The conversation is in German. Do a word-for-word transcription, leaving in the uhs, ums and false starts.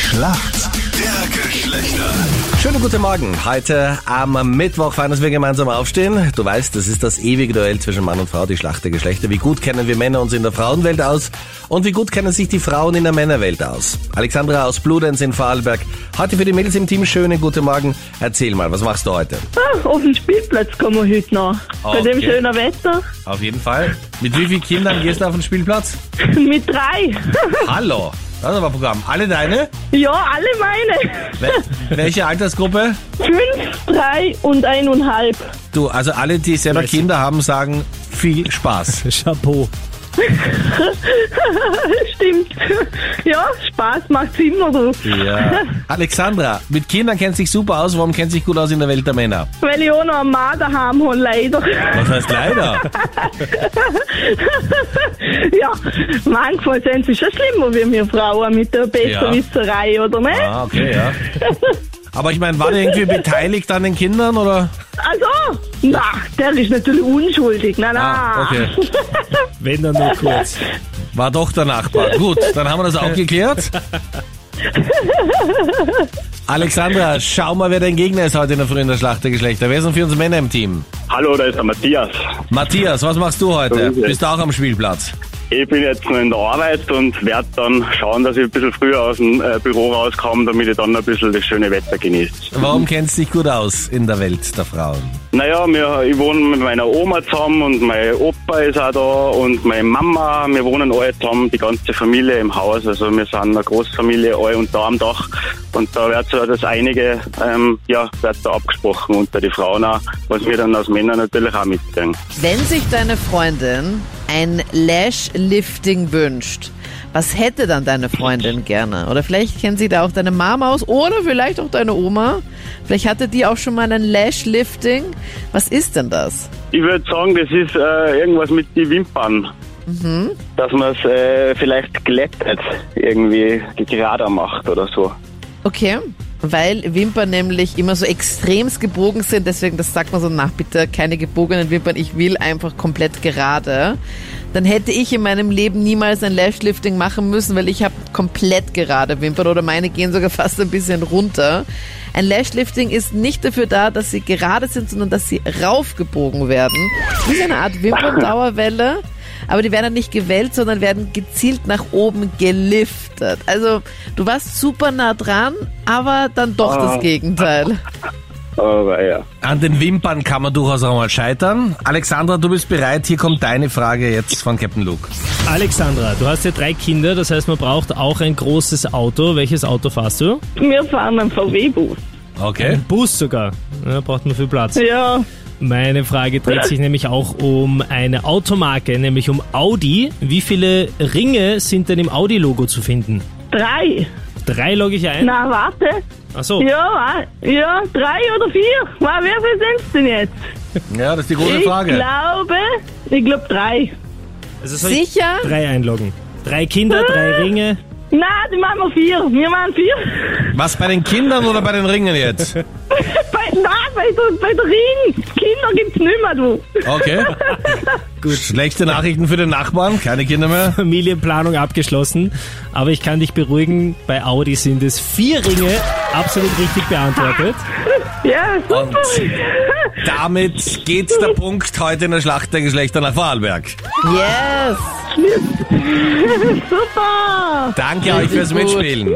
Schlacht der Geschlechter. Schönen guten Morgen. Heute am Mittwoch feiern wir gemeinsam aufstehen. Du weißt, das ist das ewige Duell zwischen Mann und Frau, die Schlacht der Geschlechter. Wie gut kennen wir Männer uns in der Frauenwelt aus und wie gut kennen sich die Frauen in der Männerwelt aus? Alexandra aus Bludenz in Vorarlberg. Heute für die Mädels im Team. Schönen guten Morgen. Erzähl mal, was machst du heute? Ah, auf den Spielplatz kommen wir heute noch. Okay. Bei dem schönen Wetter. Auf jeden Fall. Mit wie vielen Kindern gehst du auf den Spielplatz? Mit drei. Hallo. Das ist aber Programm. Alle deine? Ja, alle meine. Wel- welche Altersgruppe? Fünf, drei und eineinhalb. Du, also alle, die selber Kinder haben, sagen viel Spaß. Chapeau. Stimmt. Ja, Spaß macht's immer so. Ja. Alexandra, mit Kindern kennt sich super aus. Warum kennt sich gut aus in der Welt der Männer? Weil ich auch noch einen Mann daheim habe, leider. Was heißt leider? Ja, manchmal sind sie schon schlimmer wie wir Frauen mit der Besserwisserei, oder nicht? Ah, okay, ja. Aber ich meine, war der irgendwie beteiligt an den Kindern, oder? Also, na, der ist natürlich unschuldig. Na, na. Ah, okay. Wenn dann nur kurz. War doch der Nachbar. Gut, dann haben wir das auch geklärt. Alexandra, schau mal, wer dein Gegner ist heute in der Früh in der Schlacht der Geschlechter. Wer sind für uns Männer im Team? Hallo, da ist der Matthias. Matthias, was machst du heute? So ist es. Bist du auch am Spielplatz? Ich bin jetzt noch in der Arbeit und werde dann schauen, dass ich ein bisschen früher aus dem äh, Büro rauskomme, damit ich dann ein bisschen das schöne Wetter genieße. Warum kennst du dich gut aus in der Welt der Frauen? Naja, wir, ich wohne mit meiner Oma zusammen und mein Opa ist auch da und meine Mama. Wir wohnen alle zusammen, die ganze Familie im Haus. Also wir sind eine Großfamilie, alle unter einem Dach. Und da wird so das einige, ähm, ja, wird da abgesprochen unter die Frauen auch, was wir dann als Männer natürlich auch mitbringen. Wenn sich deine Freundin ein Lash-Lifting wünscht, was hätte dann deine Freundin gerne? Oder vielleicht kennt sie da auch deine Mama aus oder vielleicht auch deine Oma. Vielleicht hatte die auch schon mal ein Lash-Lifting. Was ist denn das? Ich würde sagen, das ist äh, irgendwas mit den Wimpern. Mhm. Dass man es äh, vielleicht glättet, irgendwie gerader macht oder so. Okay, weil Wimpern nämlich immer so extremst gebogen sind, deswegen, das sagt man so, nach bitte keine gebogenen Wimpern, ich will einfach komplett gerade. Dann hätte ich in meinem Leben niemals ein Lashlifting machen müssen, weil ich habe komplett gerade Wimpern oder meine gehen sogar fast ein bisschen runter. Ein Lashlifting ist nicht dafür da, dass sie gerade sind, sondern dass sie raufgebogen werden. Wie so eine Art Wimperndauerwelle. Aber die werden dann nicht gewellt, sondern werden gezielt nach oben geliftet. Also du warst super nah dran, aber dann doch Ah. das Gegenteil. Aber ja. An den Wimpern kann man durchaus auch mal scheitern. Alexandra, du bist bereit. Hier kommt deine Frage jetzt von Captain Luke. Alexandra, du hast ja drei Kinder, das heißt, man braucht auch ein großes Auto. Welches Auto fährst du? Wir fahren einen V W-Bus. Okay. Ein Bus sogar. Ja, braucht man viel Platz. Ja, Meine Frage dreht sich nämlich auch um eine Automarke, nämlich um Audi. Wie viele Ringe sind denn im Audi-Logo zu finden? drei. Drei logge ich ein. Na, warte. Ach so. Ja, wa- ja, drei oder vier. Wa- Wer viel sind's denn jetzt? Ja, das ist die große Ich Frage. glaube, ich glaube drei. Also soll ich Sicher? drei einloggen. Drei Kinder, drei Ringe. Na, die machen wir vier. Wir machen vier. Was, bei den Kindern oder bei den Ringen jetzt? Bei, na, bei der, bei der Ring. Kinder gibt's nicht mehr, du. Okay. Gut. Schlechte Nachrichten für den Nachbarn. Keine Kinder mehr. Familienplanung abgeschlossen. Aber ich kann dich beruhigen, bei Audi sind es vier Ringe. Absolut richtig beantwortet. Ja, super. Und damit geht der Punkt heute in der Schlacht der Geschlechter nach Vorarlberg. Yes! Super. Danke euch fürs gut. Mitspielen.